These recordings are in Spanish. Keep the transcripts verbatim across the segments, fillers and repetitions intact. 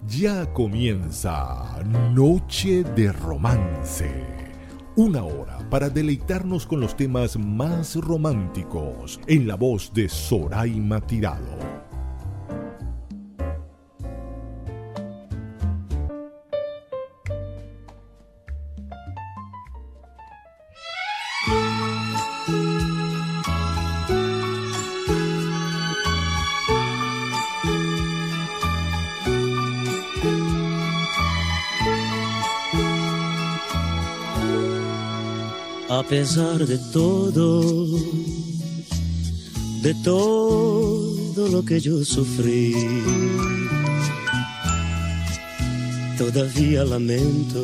Ya comienza Noche de Romance. Una hora para deleitarnos con los temas más románticos en la voz de Soraima Tirado. A pesar de todo, de todo lo que yo sufrí, todavía lamento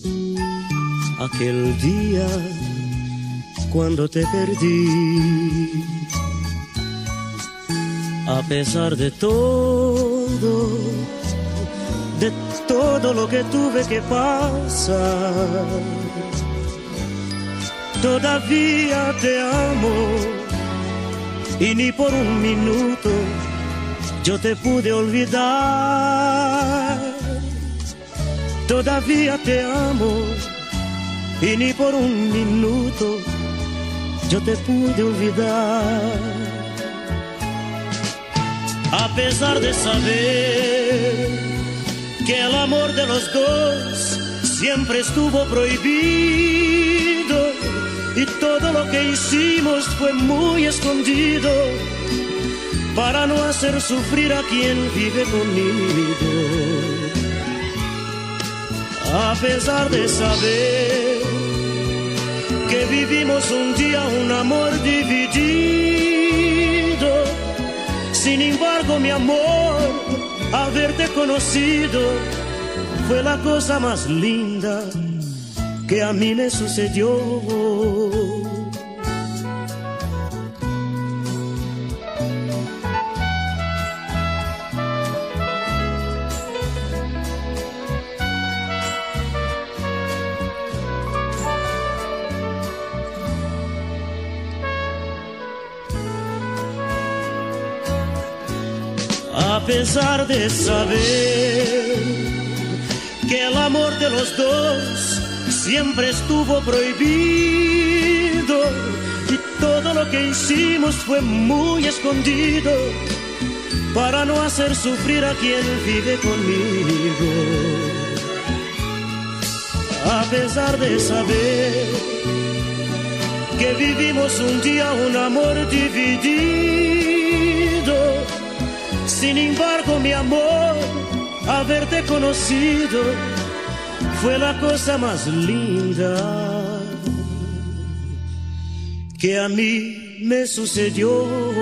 aquel día cuando te perdí. A pesar de todo, de todo lo que tuve que pasar, todavía te amo y ni por un minuto yo te pude olvidar. Todavía te amo y ni por un minuto yo te pude olvidar. A pesar de saber que el amor de los dos siempre estuvo prohibido, y todo lo que hicimos fue muy escondido para no hacer sufrir a quien vive conmigo. A pesar de saber que vivimos un día un amor dividido, sin embargo, mi amor, haberte conocido fue la cosa más linda que a mí me sucedió. A pesar de saber que el amor de los dos siempre estuvo prohibido y todo lo que hicimos fue muy escondido para no hacer sufrir a quien vive conmigo. A pesar de saber que vivimos un día un amor dividido, sin embargo, mi amor, haberte conocido fue la cosa más linda que a mí me sucedió.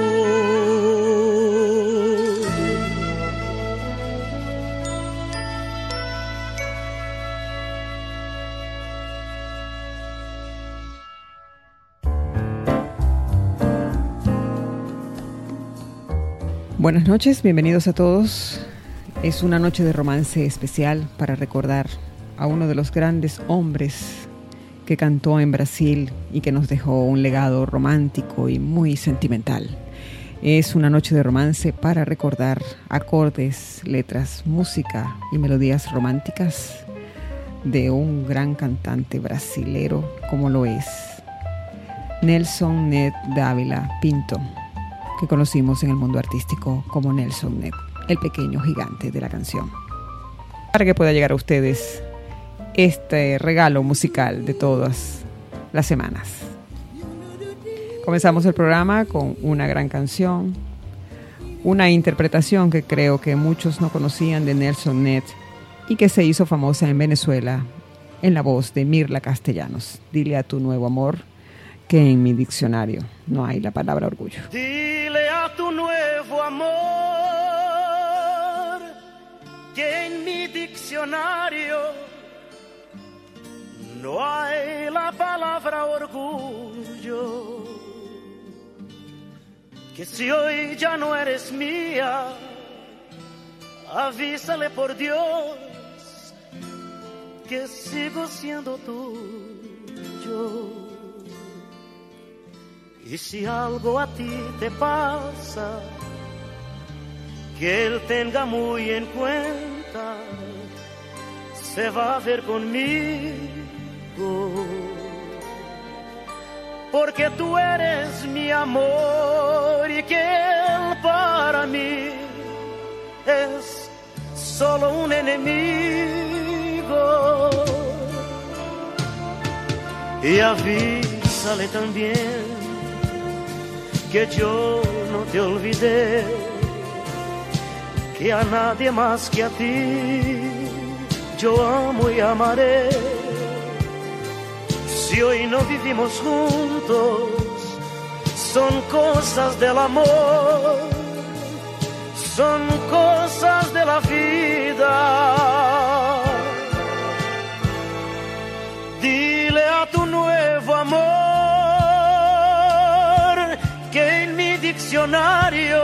Buenas noches, bienvenidos a todos. Es una noche de romance especial para recordar a uno de los grandes hombres que cantó en Brasil y que nos dejó un legado romántico y muy sentimental. Es una noche de romance para recordar acordes, letras, música y melodías románticas de un gran cantante brasilero como lo es Nelson Ned Dávila Pinto, que conocimos en el mundo artístico como Nelson Ned, el pequeño gigante de la canción. Para que pueda llegar a ustedes este regalo musical de todas las semanas. Comenzamos el programa con una gran canción, una interpretación que creo que muchos no conocían de Nelson Ned y que se hizo famosa en Venezuela en la voz de Mirla Castellanos. Dile a tu nuevo amor que en mi diccionario no hay la palabra orgullo. Dile a tu nuevo amor que en mi diccionario no hay la palabra orgullo. Que si hoy ya no eres mía, avísale por Dios que sigo siendo tuyo. Y si algo a ti te pasa, que él tenga muy en cuenta libertad se va a ver conmigo, porque tú eres mi amor y que él para mí es solo un enemigo. Y avísale también que yo no te olvidé, que a nadie más que a ti yo amo y amaré. Si hoy no vivimos juntos, son cosas del amor, son cosas de la vida. Dile a tu nuevo amor que en mi diccionario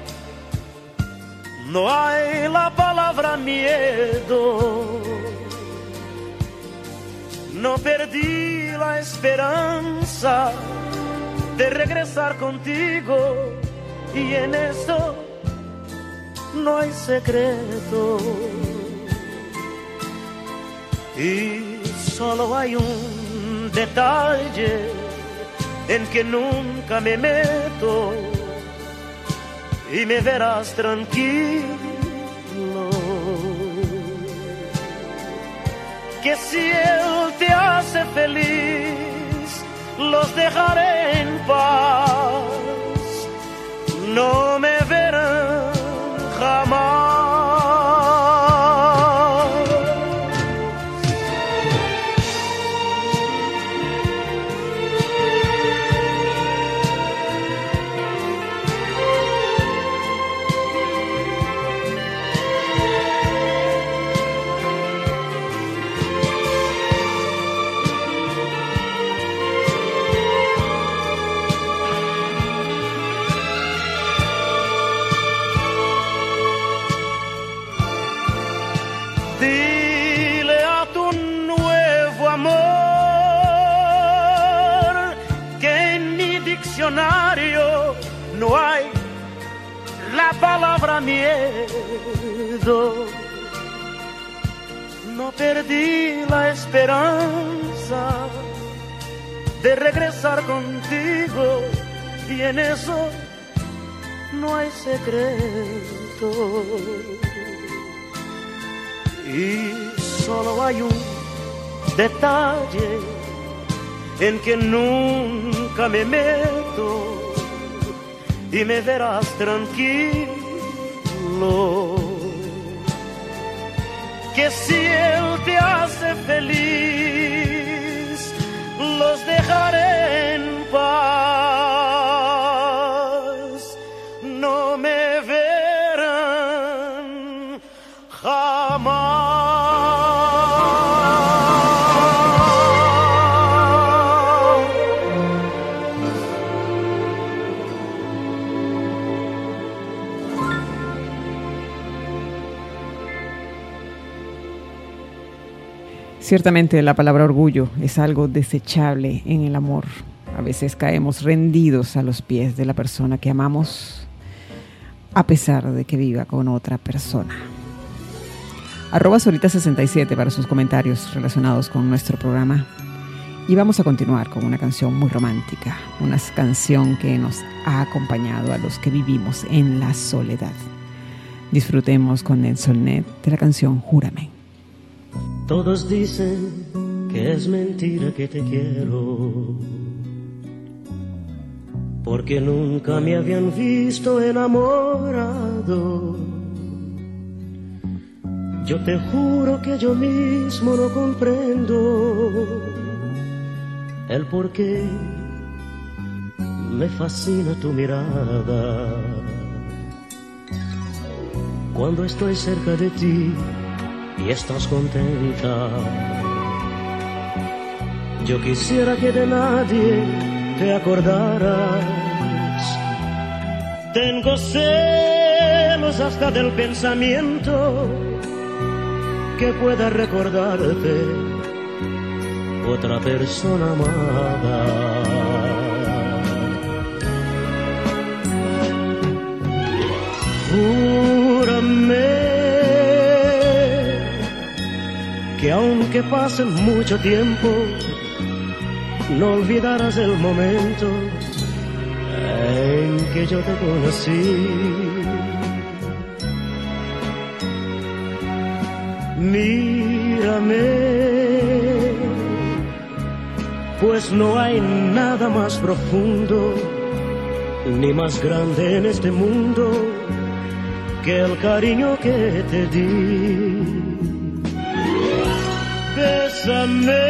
no hay la palabra miedo. No perdí la esperanza de regresar contigo y en eso no hay secreto. Y solo hay un detalle en que nunca me meto y me verás tranquilo, que si él te hace feliz, los dejaré en paz, no me verán jamás. Dile a tu nuevo amor que en mi diccionario no hay la palabra miedo. No perdí la esperanza de regresar contigo y en eso no hay secreto. Y solo hay un detalle en que nunca me meto y me verás tranquilo, que si él te hace feliz, los dejaré en paz, no me verán jamás. Ciertamente la palabra orgullo es algo desechable en el amor. A veces caemos rendidos a los pies de la persona que amamos, a pesar de que viva con otra persona. Arroba Solita sesenta y siete para sus comentarios relacionados con nuestro programa. Y vamos a continuar con una canción muy romántica, una canción que nos ha acompañado a los que vivimos en la soledad. Disfrutemos con Nelson Ned de la canción Júrame. Todos dicen que es mentira que te quiero, porque nunca me habían visto enamorado. Yo te juro que yo mismo no comprendo el por qué me fascina tu mirada. Cuando estoy cerca de ti y estás contenta, yo quisiera que de nadie te acordaras. Tengo celos hasta del pensamiento que pueda recordarte otra persona amada. Júrame aunque pase mucho tiempo, no olvidarás el momento en que yo te conocí. Mírame, pues no hay nada más profundo ni más grande en este mundo que el cariño que te di. Bésame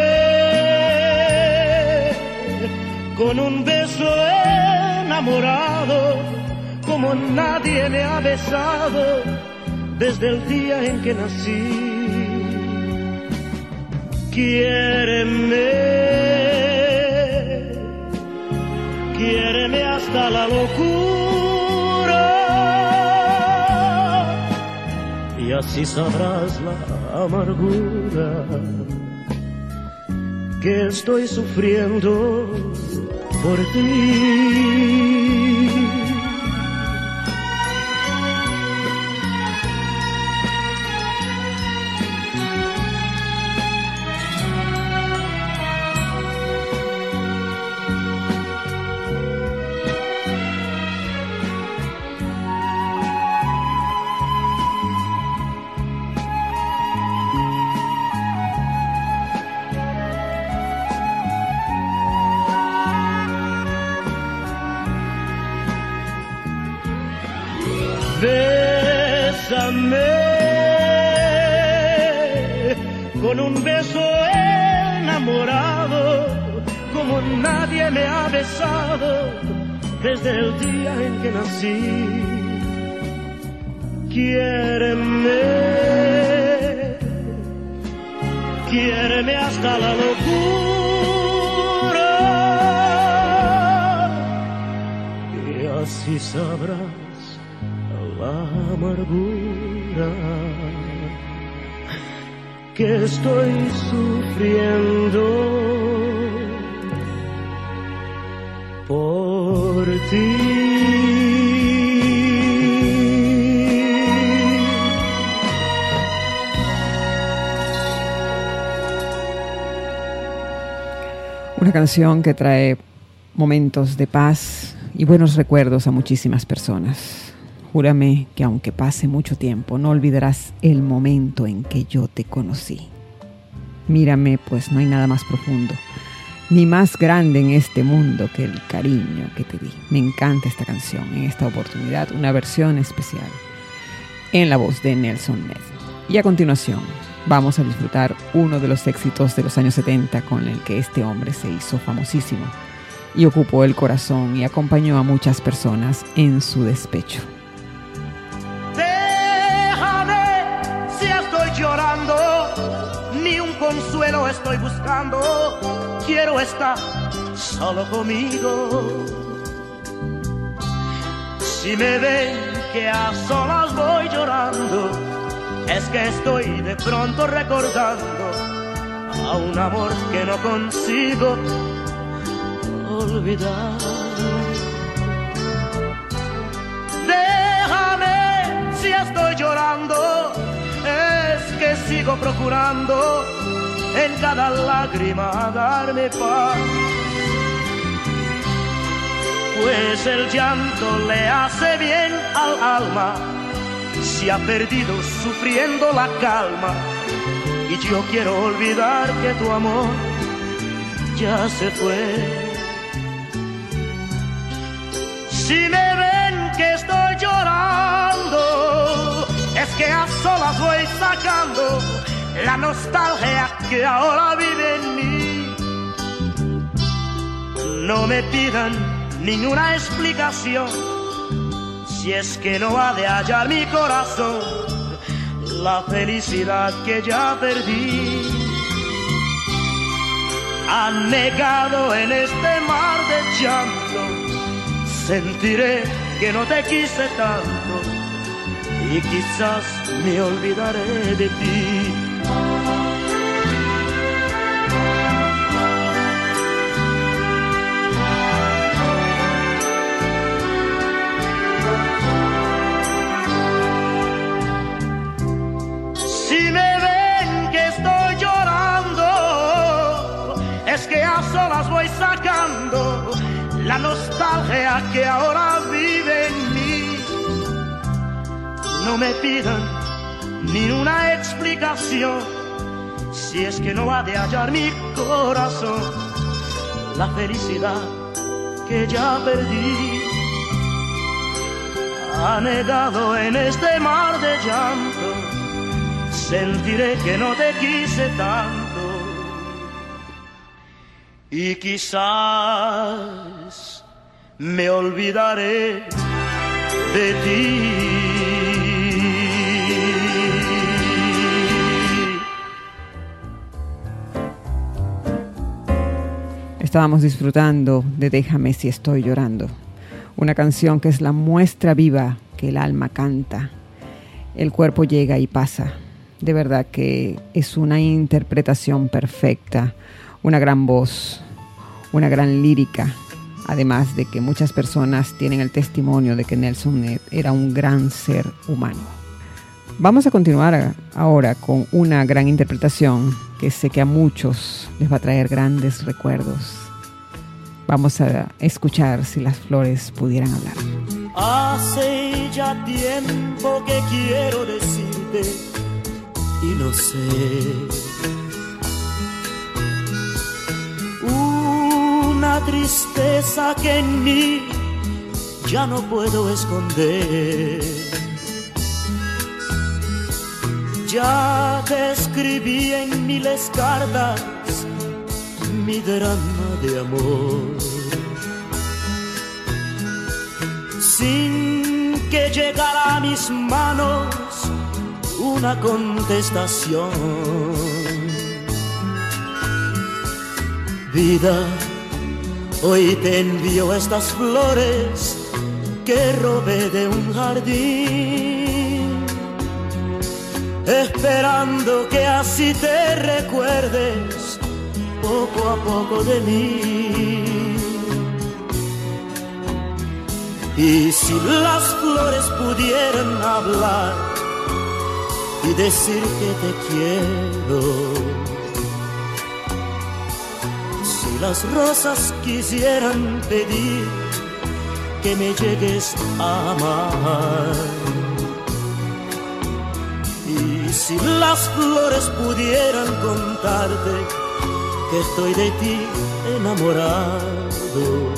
con un beso enamorado, como nadie me ha besado desde el día en que nací. Quiéreme, quiéreme hasta la locura, y así sabrás la amargura que estoy sufriendo por ti. Bésame con un beso enamorado, como nadie me ha besado desde el día en que nací. Quiéreme, quiéreme hasta la locura, y así sabrás la amargura que estoy sufriendo por ti. Una canción que trae momentos de paz y buenos recuerdos a muchísimas personas. Júrame que aunque pase mucho tiempo, no olvidarás el momento en que yo te conocí. Mírame, pues no hay nada más profundo, ni más grande en este mundo que el cariño que te di. Me encanta esta canción, en esta oportunidad, una versión especial, en la voz de Nelson Ned. Y a continuación, vamos a disfrutar uno de los éxitos de los años setenta con el que este hombre se hizo famosísimo y ocupó el corazón y acompañó a muchas personas en su despecho. Llorando, ni un consuelo estoy buscando, quiero estar solo conmigo. Si me ven que a solas voy llorando, es que estoy de pronto recordando a un amor que no consigo olvidar. Déjame si estoy llorando, es que sigo procurando en cada lágrima darme paz, pues el llanto le hace bien al alma, se ha perdido sufriendo la calma, y yo quiero olvidar que tu amor ya se fue. Si me ven que estoy llorando, es que a solas voy sacando la nostalgia que ahora vive en mí. No me pidan ninguna explicación, si es que no ha de hallar mi corazón la felicidad que ya perdí. Anegado en este mar de llanto, sentiré que no te quise tanto, y quizás me olvidaré de ti. Si me ven que estoy llorando, sea que ahora vive en mí. No me pidan ni una explicación, si es que no ha de hallar mi corazón la felicidad que ya perdí. Anegado en este mar de llanto, sentiré que no te quise tanto, y quizás me olvidaré de ti. Estábamos disfrutando de Déjame si estoy llorando, una canción que es la muestra viva que el alma canta. El cuerpo llega y pasa. De verdad que es una interpretación perfecta, una gran voz, una gran lírica, además de que muchas personas tienen el testimonio de que Nelson Ned era un gran ser humano. Vamos a continuar ahora con una gran interpretación que sé que a muchos les va a traer grandes recuerdos. Vamos a escuchar Si las flores pudieran hablar. Hace ya tiempo que quiero decirte y no sé. Una tristeza que en mí ya no puedo esconder. Ya te escribí en miles cartas mi drama de amor, sin que llegara a mis manos una contestación. Vida, hoy te envío estas flores que robé de un jardín, esperando que así te recuerdes poco a poco de mí. Y si las flores pudieran hablar y decir que te quiero, si las rosas quisieran pedir que me llegues a amar, y si las flores pudieran contarte que estoy de ti enamorado,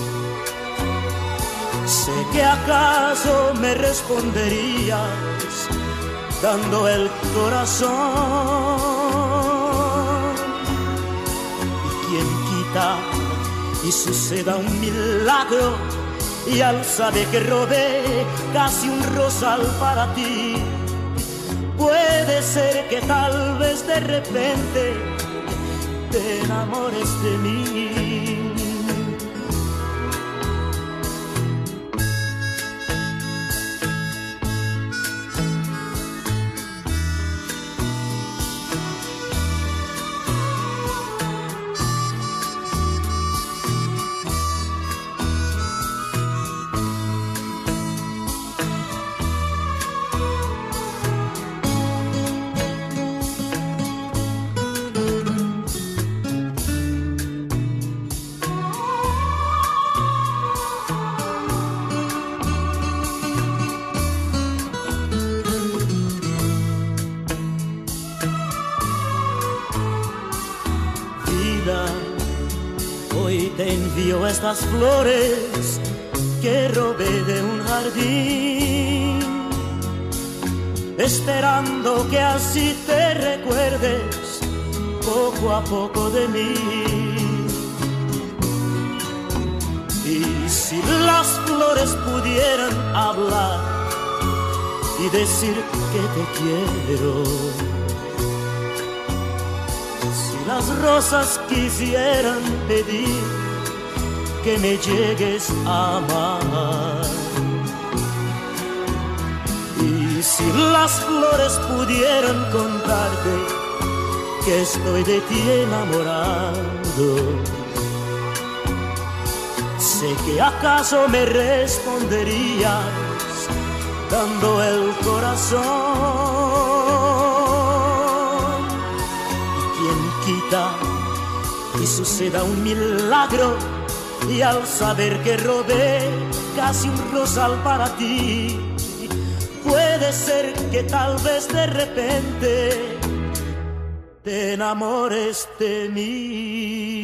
sé que acaso me responderías dando el corazón. Y quien quita y suceda un milagro, y al saber que robé casi un rosal para ti, puede ser que tal vez de repente te enamores de mí. Hoy te envío estas flores que robé de un jardín, esperando que así te recuerdes poco a poco de mí. Y si las flores pudieran hablar y decir que te quiero, las rosas quisieran pedir que me llegues a amar, y si las flores pudieran contarte que estoy de ti enamorado, sé que acaso me responderías dando el corazón. Y suceda un milagro, y al saber que robé casi un rosal para ti, puede ser que tal vez de repente te enamores de mí.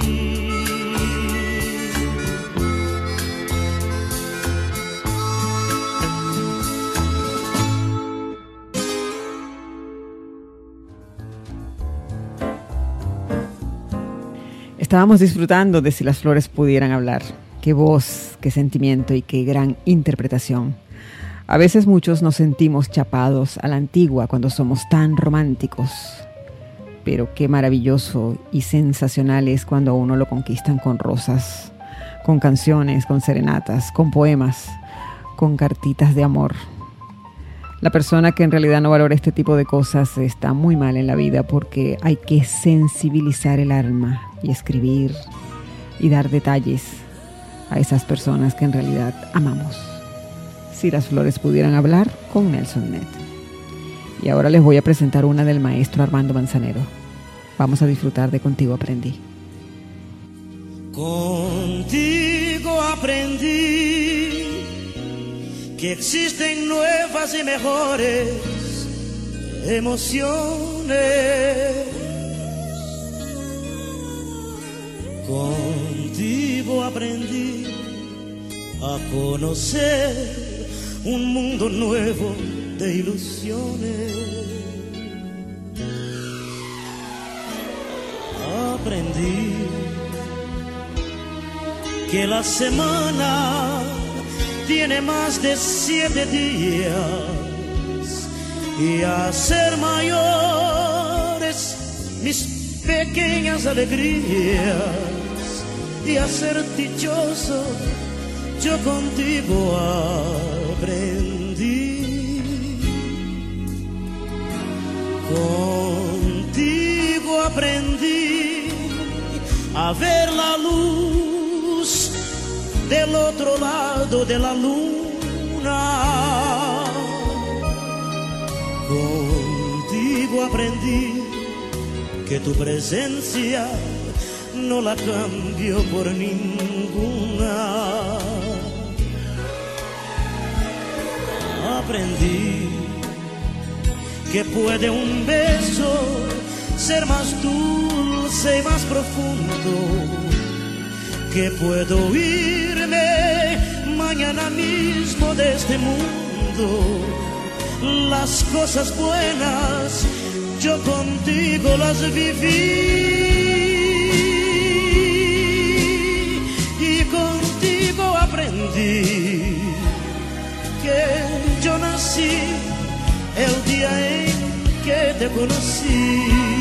Estábamos disfrutando de Si las flores pudieran hablar. Qué voz, qué sentimiento y qué gran interpretación. A veces muchos nos sentimos chapados a la antigua cuando somos tan románticos. Pero qué maravilloso y sensacional es cuando a uno lo conquistan con rosas, con canciones, con serenatas, con poemas, con cartitas de amor. La persona que en realidad no valora este tipo de cosas está muy mal en la vida, porque hay que sensibilizar el alma y escribir y dar detalles a esas personas que en realidad amamos. Si las flores pudieran hablar, con Nelson Ned. Y ahora les voy a presentar una del maestro Armando Manzanero. Vamos a disfrutar de Contigo Aprendí. Contigo aprendí que existen nuevas y mejores emociones. Contigo aprendí a conocer un mundo nuevo de ilusiones. Aprendí que la semana tiene más de siete días y a ser mayores mis pequeñas alegrías y a ser dichoso yo contigo aprendí. Contigo aprendí a ver la luz del otro lado de la luna. Contigo aprendí que tu presencia no la cambio por ninguna. Aprendí que puede un beso ser más dulce y más profundo, que puedo irme mañana mismo de este mundo. Las cosas buenas yo contigo las viví y contigo aprendí que yo nací el día en que te conocí.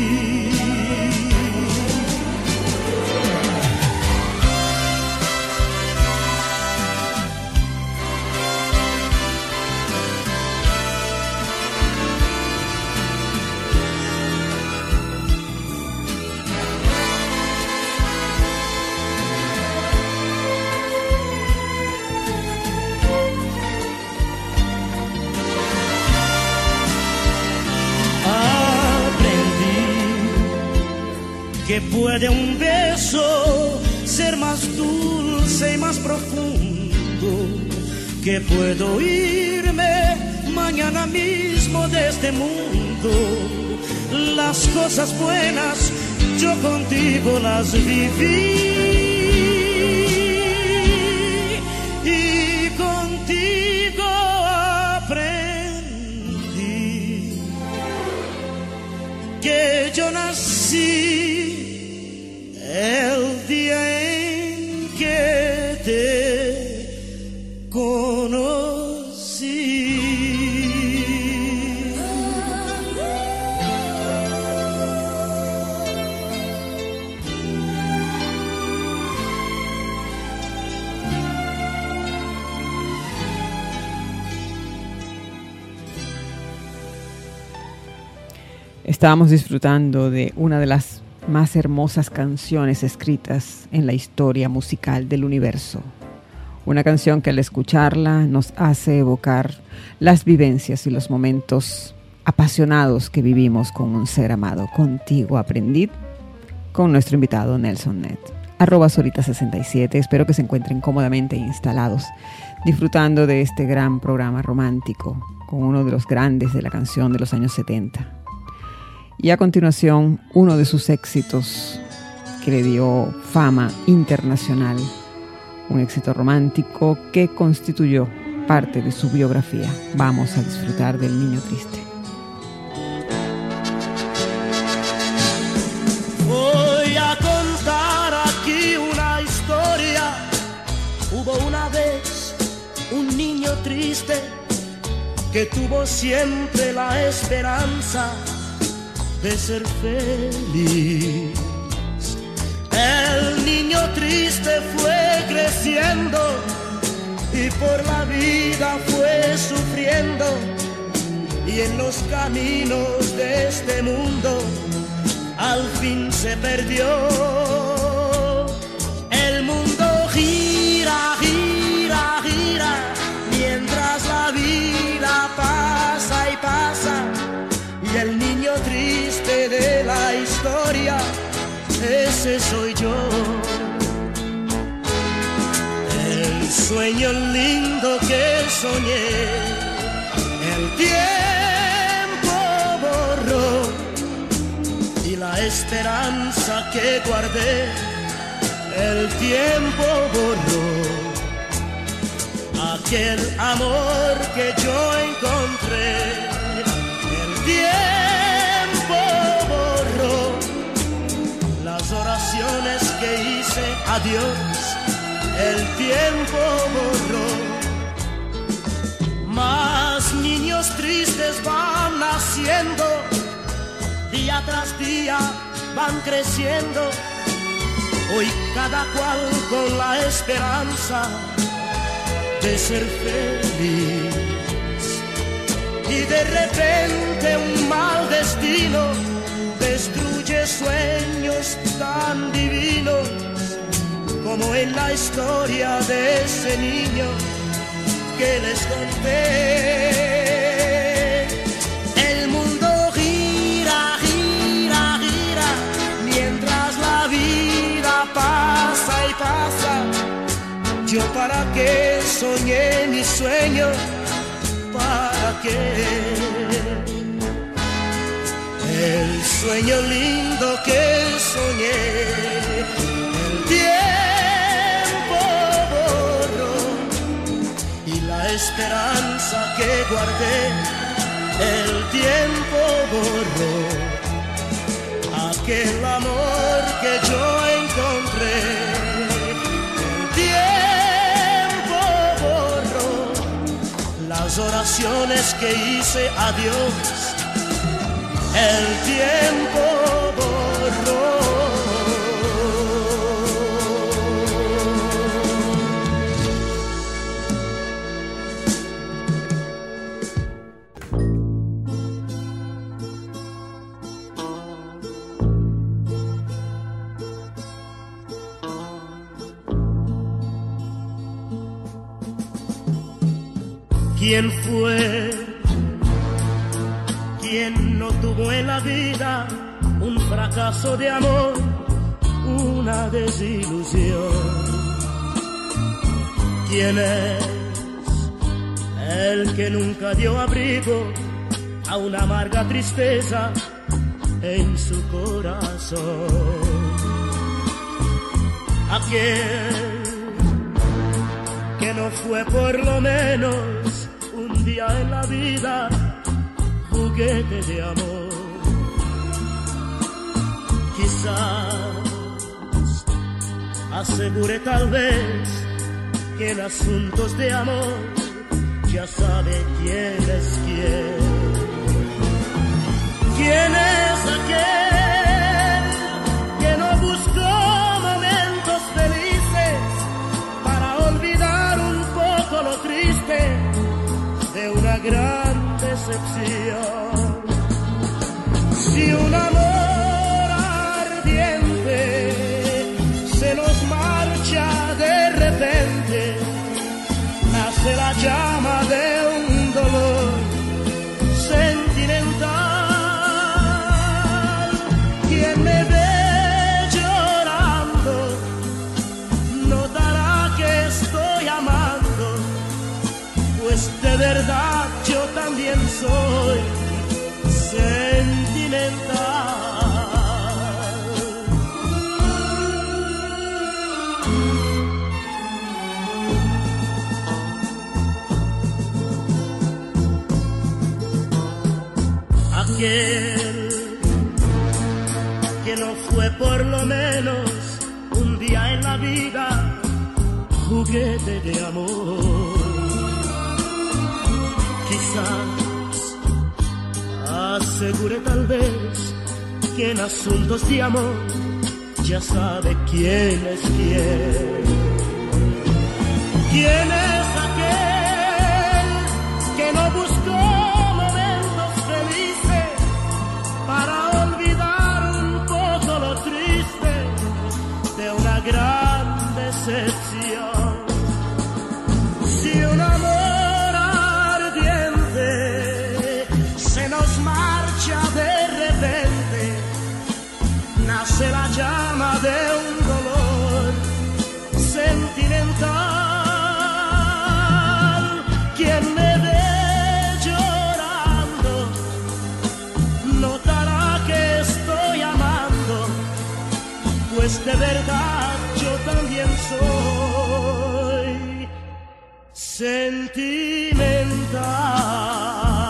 Que puede un beso ser más dulce y más profundo, que puedo irme mañana mismo de este mundo. Las cosas buenas yo contigo las viví y contigo aprendí que yo nací el día en que te conocí. Estábamos disfrutando de una de las más hermosas canciones escritas en la historia musical del universo. Una canción que al escucharla nos hace evocar las vivencias y los momentos apasionados que vivimos con un ser amado. Contigo aprendí, con nuestro invitado Nelson Ned. arroba Solita sesenta y siete. Espero que se encuentren cómodamente instalados, disfrutando de este gran programa romántico con uno de los grandes de la canción de los años setenta. Y a continuación, uno de sus éxitos que le dio fama internacional, un éxito romántico que constituyó parte de su biografía. Vamos a disfrutar del Niño Triste. Voy a contar aquí una historia. Hubo una vez un niño triste que tuvo siempre la esperanza de ser feliz. El niño triste fue creciendo y por la vida fue sufriendo, y en los caminos de este mundo al fin se perdió. El mundo gira, gira, gira, mientras la vida pasa y pasa, y el niño triste de la historia, ese soy yo. El sueño lindo que soñé, el tiempo borró, y la esperanza que guardé, el tiempo borró. Aquel amor que yo encontré, el tiempo borró. Las oraciones que hice a Dios, el tiempo borró. Más niños tristes van naciendo, día tras día van creciendo, hoy cada cual con la esperanza de ser feliz. Y de repente un mal destino destruye sueños tan divinos, como en la historia de ese niño que les conté. El mundo gira, gira, gira, mientras la vida pasa y pasa. Yo para qué soñé mi sueño, para qué. El sueño lindo que soñé, el tiempo borró, y la esperanza que guardé, el tiempo borró. Aquel amor que yo encontré, el tiempo borró. Las oraciones que hice a Dios, el tiempo borró. ¿Quién fue quien no tuvo en la vida un fracaso de amor, una desilusión? ¿Quién es el que nunca dio abrigo a una amarga tristeza en su corazón? Aquel que no fue por lo menos un día en la vida juguete de amor. Quizás asegure tal vez que en asuntos de amor ya sabe quién es quién. ¿Quién es aquel que no buscó momentos felices para olvidar un poco lo triste de una gran decepción? Si un amor ardiente se nos marcha de repente, nace la llama de un dolor sentimental. Quien me ve llorando aquel que no fue por lo menos un día en la vida juguete de amor. Quizás asegure tal vez que en asuntos de amor ya sabe quién es quién. ¿Quién es aquel que no buscó momentos felices para olvidar un poco lo triste de una gran decepción? Si un amor ardiente se nos marcha de repente, nace la llama de un dolor sentimental. Quien me ve llorando notará que estoy amando, pues de verdad yo también soy sentimental.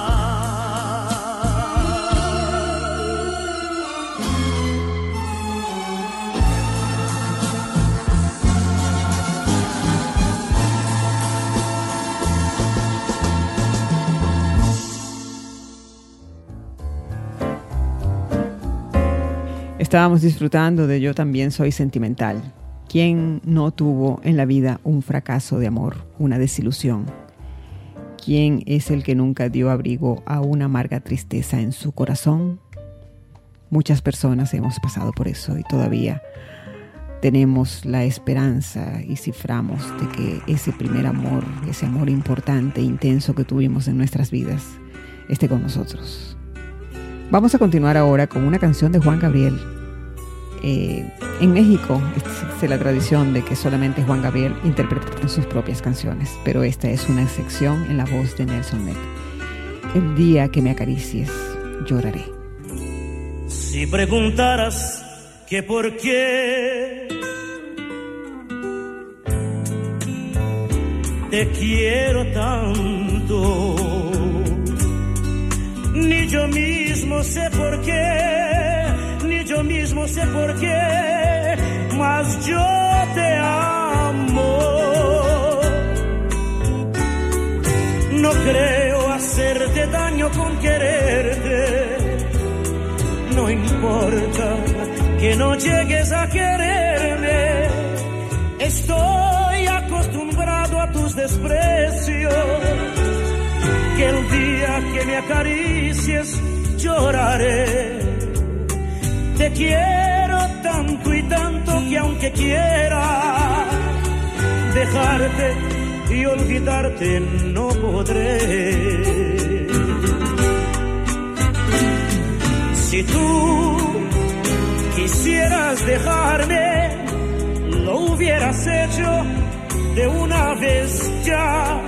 Estábamos disfrutando de Yo también soy sentimental. ¿Quién no tuvo en la vida un fracaso de amor, una desilusión? ¿Quién es el que nunca dio abrigo a una amarga tristeza en su corazón? Muchas personas hemos pasado por eso y todavía tenemos la esperanza y ciframos de que ese primer amor, ese amor importante e intenso que tuvimos en nuestras vidas, esté con nosotros. Vamos a continuar ahora con una canción de Juan Gabriel. Eh, en México existe la tradición de que solamente Juan Gabriel interpreta sus propias canciones, pero esta es una excepción en la voz de Nelson Ned. El día que me acaricies, lloraré. Si preguntaras que por qué te quiero tanto, ni yo mismo sé por qué, ni yo mismo sé por qué, mas yo te amo. No creo hacerte daño con quererte, no importa que no llegues a quererme, estoy acostumbrado a tus desprecios. Que el día que me acaricies lloraré. Te quiero tanto y tanto que aunque quiera dejarte y olvidarte no podré. Si tú quisieras dejarme, lo hubieras hecho de una vez ya.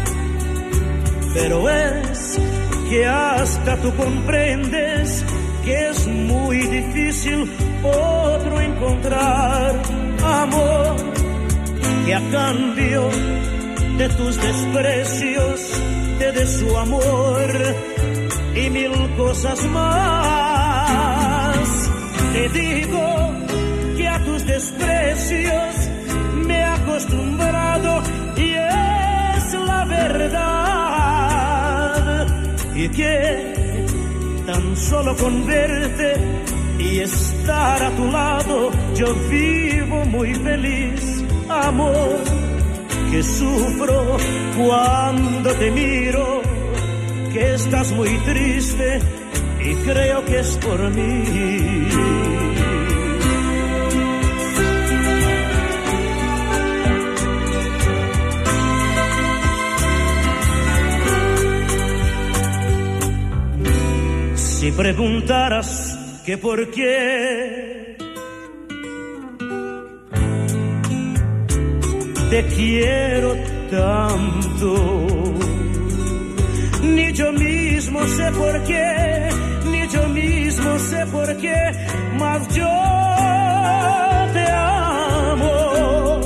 Pero es que hasta tú comprendes que es muy difícil otro encontrar, amor, que a cambio de tus desprecios te dé su amor y mil cosas más. Te digo que a tus desprecios me he acostumbrado y es la verdad. Y que tan solo con verte y estar a tu lado yo vivo muy feliz, amor, que sufro cuando te miro, que estás muy triste y creo que es por mí. Si preguntaras que por qué te quiero tanto, ni yo mismo sé por qué, ni yo mismo sé por qué, mas yo te amo.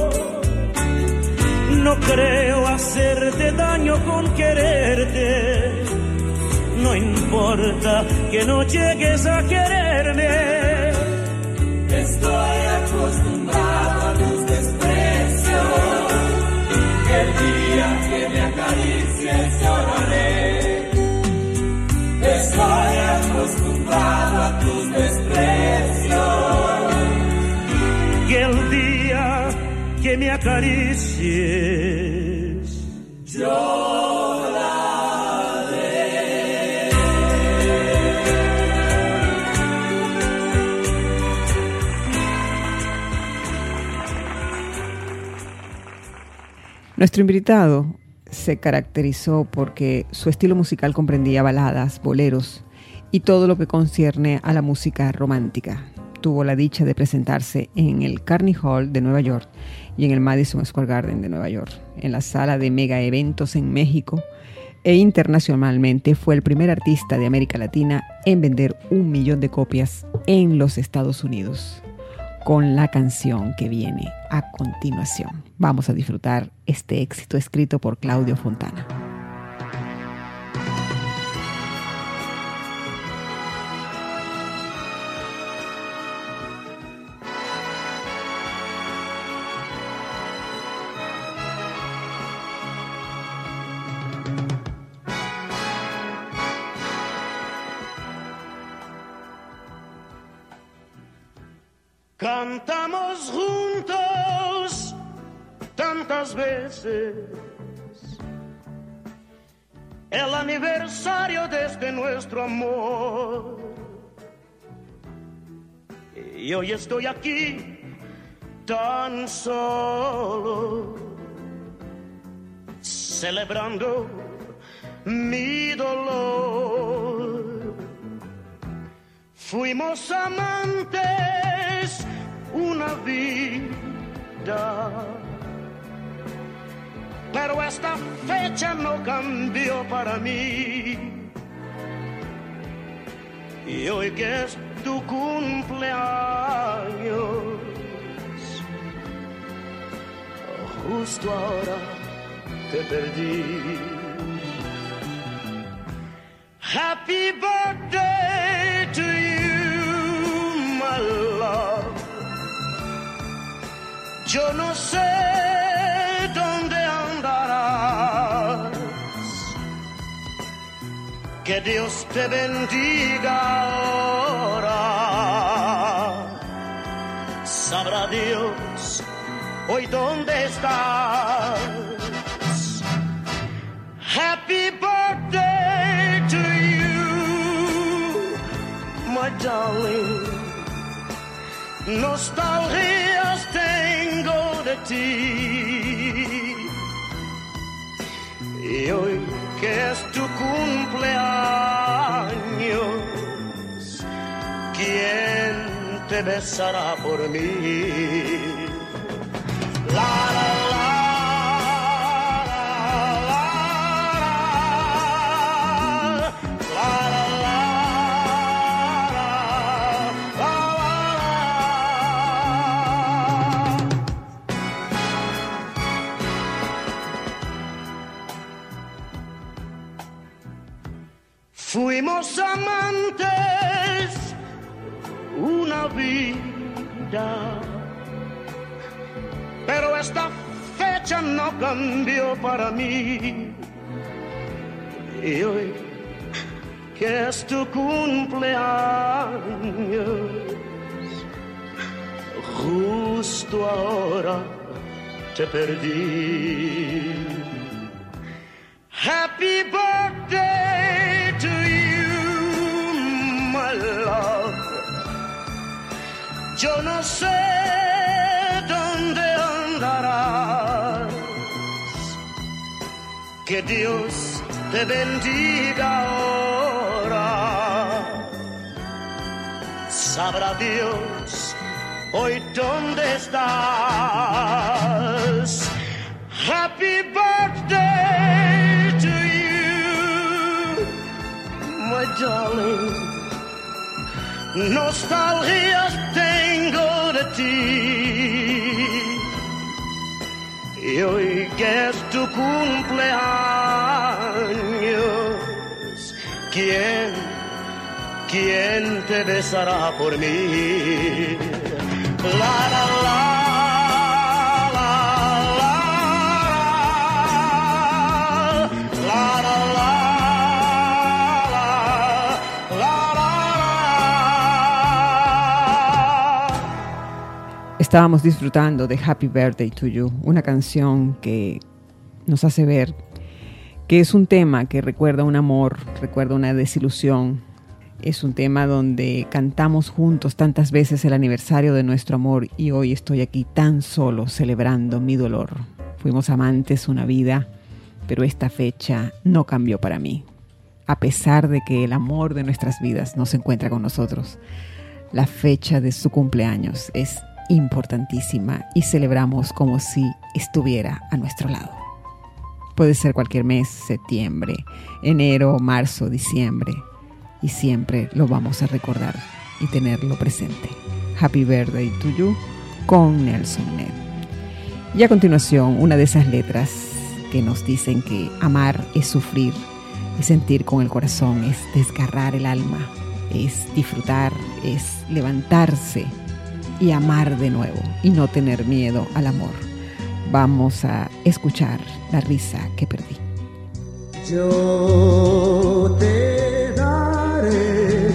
No creo hacerte daño con quererte, no no importa que no llegues a quererme. Estoy acostumbrado a tus desprecios. El día que me acaricies lloraré. Estoy acostumbrado a tus desprecios. Que el día que me acaricies lloraré. Nuestro invitado se caracterizó porque su estilo musical comprendía baladas, boleros y todo lo que concierne a la música romántica. Tuvo la dicha de presentarse en el Carnegie Hall de Nueva York y en el Madison Square Garden de Nueva York. En la sala de mega eventos en México e internacionalmente fue el primer artista de América Latina en vender un millón de copias en los Estados Unidos. Con la canción que viene a continuación, vamos a disfrutar este éxito escrito por Claudio Fontana. Cantamos juntos tantas veces el aniversario de este nuestro amor. Y hoy estoy aquí tan solo, celebrando mi dolor. Fuimos amantes una vida, pero esta fecha no cambió para mí. Y hoy que es tu cumpleaños, justo ahora te perdí. Happy birthday to you, my love. Yo no sé dónde andarás. Que Dios te bendiga ahora. Sabrá Dios hoy dónde estás. Happy birthday to you, my darling. Nostalgias tengo de ti. Y hoy que es tu cumpleaños, ¿quién te besará por mí? La, la, la. Fuimos amantes una vida, pero esta fecha no cambió para mí. Y hoy que es tu cumpleaños, justo ahora te perdí. Happy birthday to you, my love. Yo no sé dónde andarás. Que Dios te bendiga ahora. Sabrá Dios hoy dónde estás. Happy birthday to you, my darling. Nostalgias tengo de ti. Y hoy que es tu cumpleaños, ¿Quién, quién te besará por mí? La, la, la, la, la, la, la, la, la, la. Estábamos disfrutando de Happy Birthday to You, una canción que nos hace ver que es un tema que recuerda un amor, recuerda una desilusión. Es un tema donde cantamos juntos tantas veces el aniversario de nuestro amor y hoy estoy aquí tan solo celebrando mi dolor. Fuimos amantes una vida, pero esta fecha no cambió para mí. A pesar de que el amor de nuestras vidas no se encuentra con nosotros, la fecha de su cumpleaños es importantísima y celebramos como si estuviera a nuestro lado. Puede ser cualquier mes, septiembre, enero, marzo, diciembre. Y siempre lo vamos a recordar y tenerlo presente. Happy Birthday to You con Nelson Ned. Y a continuación, una de esas letras que nos dicen que amar es sufrir y sentir con el corazón es desgarrar el alma, es disfrutar, es levantarse y amar de nuevo y no tener miedo al amor. Vamos a escuchar La risa que perdí. Yo te daré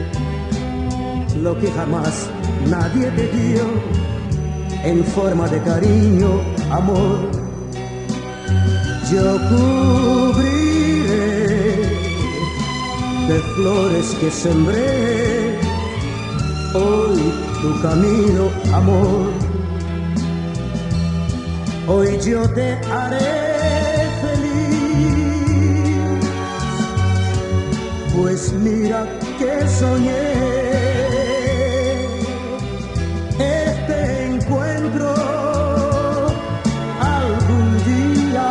lo que jamás nadie te dio en forma de cariño, amor. Yo cubriré de flores que sembré hoy tu camino, amor. Hoy yo te haré feliz, pues mira que soñé este encuentro algún día.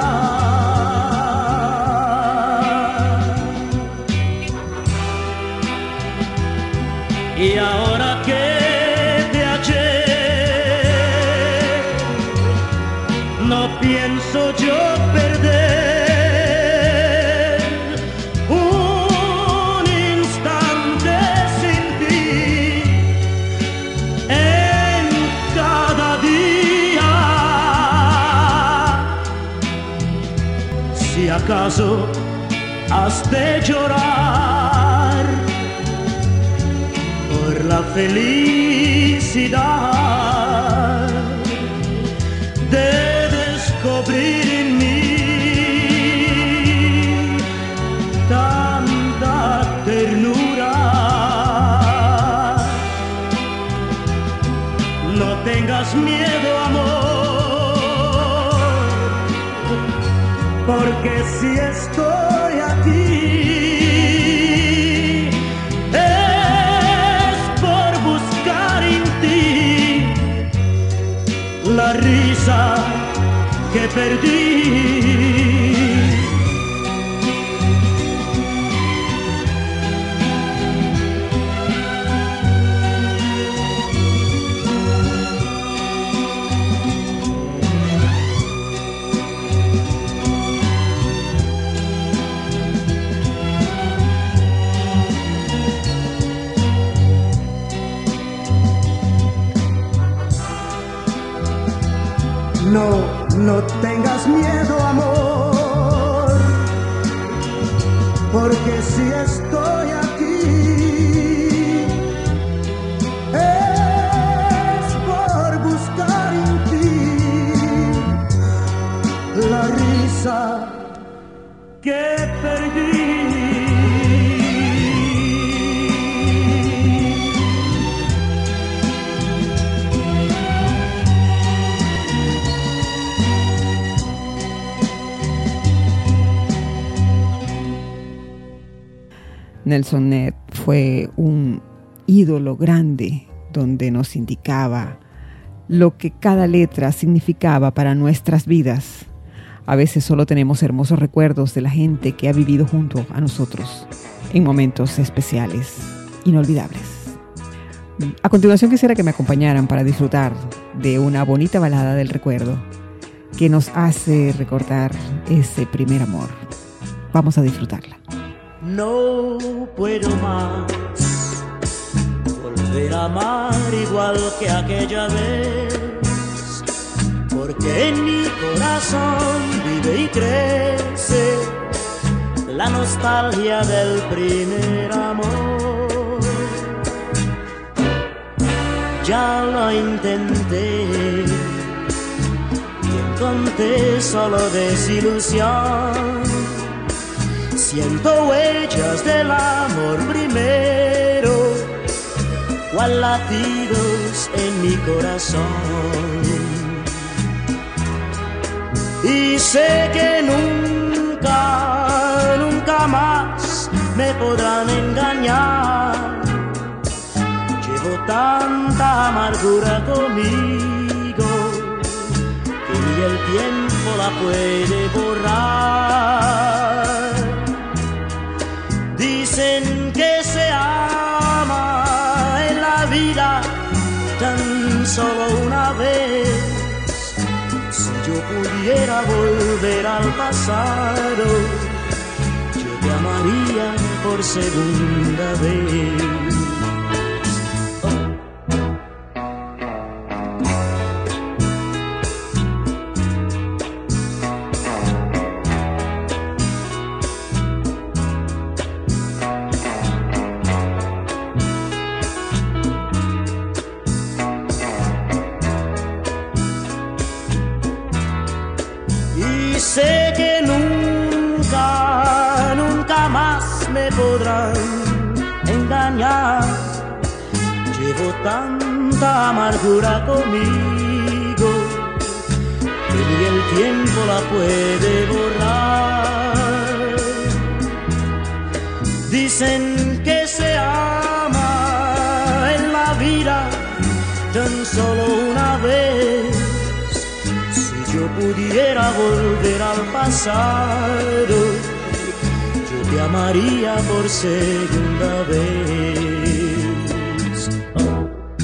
Y ahora que pienso yo perder un instante sin ti en cada día. Si acaso has de llorar por la felicidad de descubrir en mí tanta ternura. No tengas miedo, amor, porque si estoy aquí es por buscar en ti la risa que perdí. No, no tengas miedo, amor, porque si estoy aquí es por buscar en ti la risa que perdí. Nelson Ned fue un ídolo grande donde nos indicaba lo que cada letra significaba para nuestras vidas. A veces solo tenemos hermosos recuerdos de la gente que ha vivido junto a nosotros en momentos especiales, inolvidables. A continuación quisiera que me acompañaran para disfrutar de una bonita balada del recuerdo que nos hace recordar ese primer amor. Vamos a disfrutarla. No puedo más volver a amar igual que aquella vez, porque en mi corazón vive y crece la nostalgia del primer amor. Ya lo intenté y encontré solo desilusión. Siento huellas del amor primero, cual latidos en mi corazón. Y sé que nunca, nunca más me podrán engañar. Llevo tanta amargura conmigo que ni el tiempo la puede borrar. Dicen que se ama en la vida tan solo una vez. Si yo pudiera volver al pasado, yo te amaría por segunda vez. Sé que nunca, nunca más me podrán engañar. Llevo tanta amargura conmigo que ni el tiempo la puede borrar. Dicen que se ama en la vida tan solo una vez. Si yo pudiera volver al pasado, yo te amaría por segunda vez. Oh.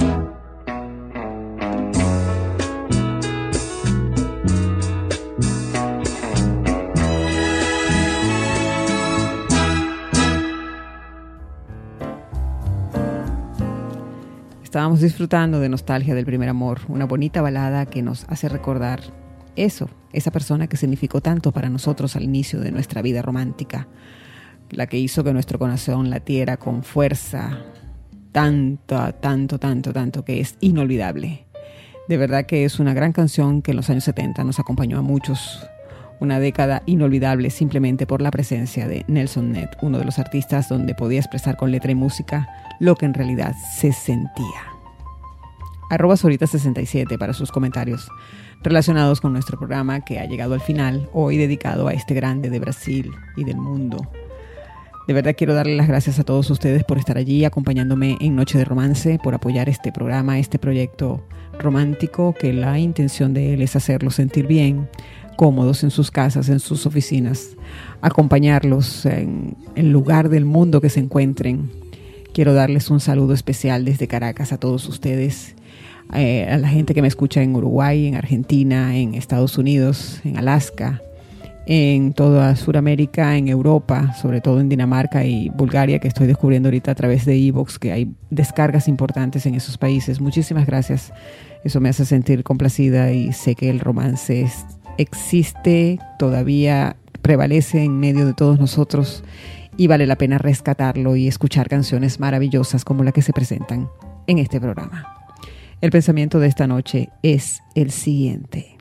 Estábamos disfrutando de Nostalgia del Primer Amor, una bonita balada que nos hace recordar eso, esa persona que significó tanto para nosotros al inicio de nuestra vida romántica, la que hizo que nuestro corazón latiera con fuerza, tanto, tanto, tanto, tanto, que es inolvidable. De verdad que es una gran canción que en los años setenta nos acompañó a muchos, una década inolvidable simplemente por la presencia de Nelson Ned, uno de los artistas donde podía expresar con letra y música lo que en realidad se sentía. Arroba Sorita sesenta y siete para sus comentarios relacionados con nuestro programa que ha llegado al final, hoy dedicado a este grande de Brasil y del mundo. De verdad quiero darle las gracias a todos ustedes por estar allí acompañándome en Noche de Romance, por apoyar este programa, este proyecto romántico que la intención de él es hacerlos sentir bien, cómodos en sus casas, en sus oficinas, acompañarlos en el lugar del mundo que se encuentren. Quiero darles un saludo especial desde Caracas a todos ustedes, eh, a la gente que me escucha en Uruguay, en Argentina, en Estados Unidos, en Alaska, en toda Sudamérica, en Europa, sobre todo en Dinamarca y Bulgaria, que estoy descubriendo ahorita a través de iVoox, que hay descargas importantes en esos países. Muchísimas gracias. Eso me hace sentir complacida y sé que el romance es, existe, todavía prevalece en medio de todos nosotros y vale la pena rescatarlo y escuchar canciones maravillosas como la que se presentan en este programa. El pensamiento de esta noche es el siguiente.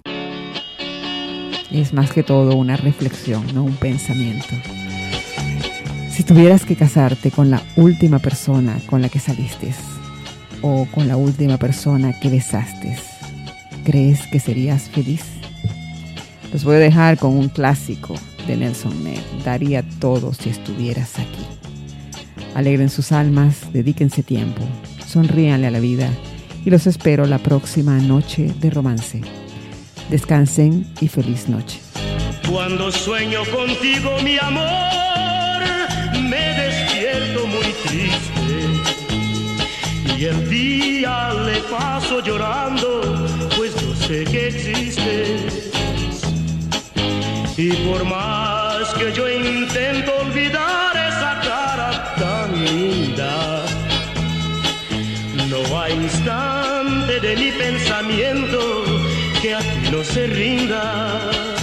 Es más que todo una reflexión, no un pensamiento. Si tuvieras que casarte con la última persona con la que saliste o con la última persona que besaste, ¿crees que serías feliz? Los voy a dejar con un clásico de Nelson Ned. Daría todo si estuvieras aquí. Alegren sus almas, dedíquense tiempo, sonríanle a la vida y los espero la próxima noche de romance. Descansen y feliz noche. Cuando sueño contigo, mi amor, me despierto muy triste y el día le paso llorando, pues yo sé que existes. Y por más que yo intento olvidar esa cada instante de mi pensamiento que a ti no se rinda.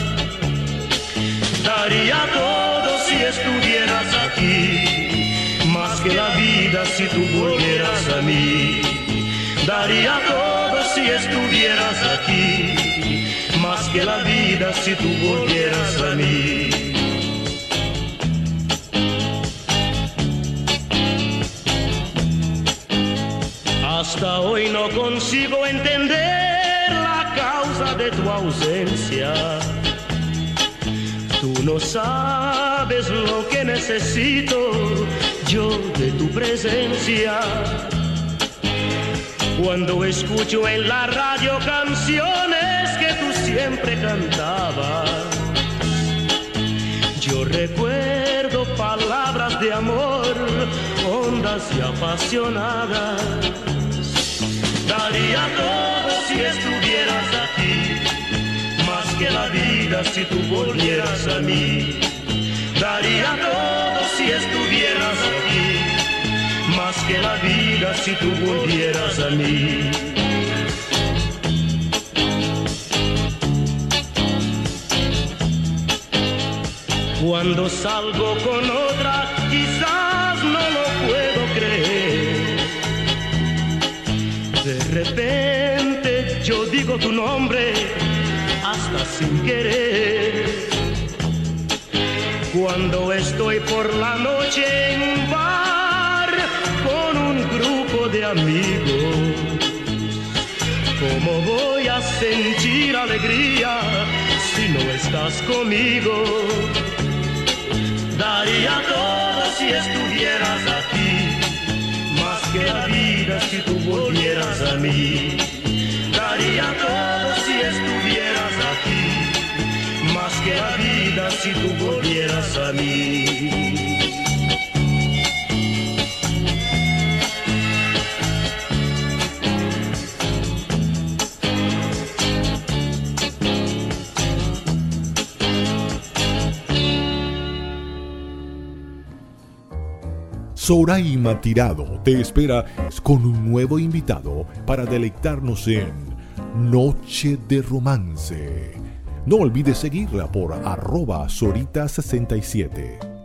Daría todo si estuvieras aquí, más que la vida si tú volvieras a mí. Daría todo si estuvieras aquí, más que la vida si tú volvieras a mí. Hasta hoy no consigo entender la causa de tu ausencia. Tú no sabes lo que necesito yo de tu presencia. Cuando escucho en la radio canciones que tú siempre cantabas, yo recuerdo palabras de amor, hondas y apasionadas. Daría todo si estuvieras aquí, más que la vida si tú volvieras a mí. Daría todo si estuvieras aquí, más que la vida si tú volvieras a mí. Cuando salgo con otra, quizás no lo puedo creer. De repente yo digo tu nombre hasta sin querer. Cuando estoy por la noche en un bar con un grupo de amigos, ¿cómo voy a sentir alegría si no estás conmigo? Daría todo si estuvieras aquí, más que la vida si tú volvieras a mí. Daría todo si estuvieras aquí, más que la vida si tú volvieras a mí. Soraima Tirado te espera con un nuevo invitado para deleitarnos en Noche de Romance. No olvides seguirla por arroba Sorita sesenta y siete.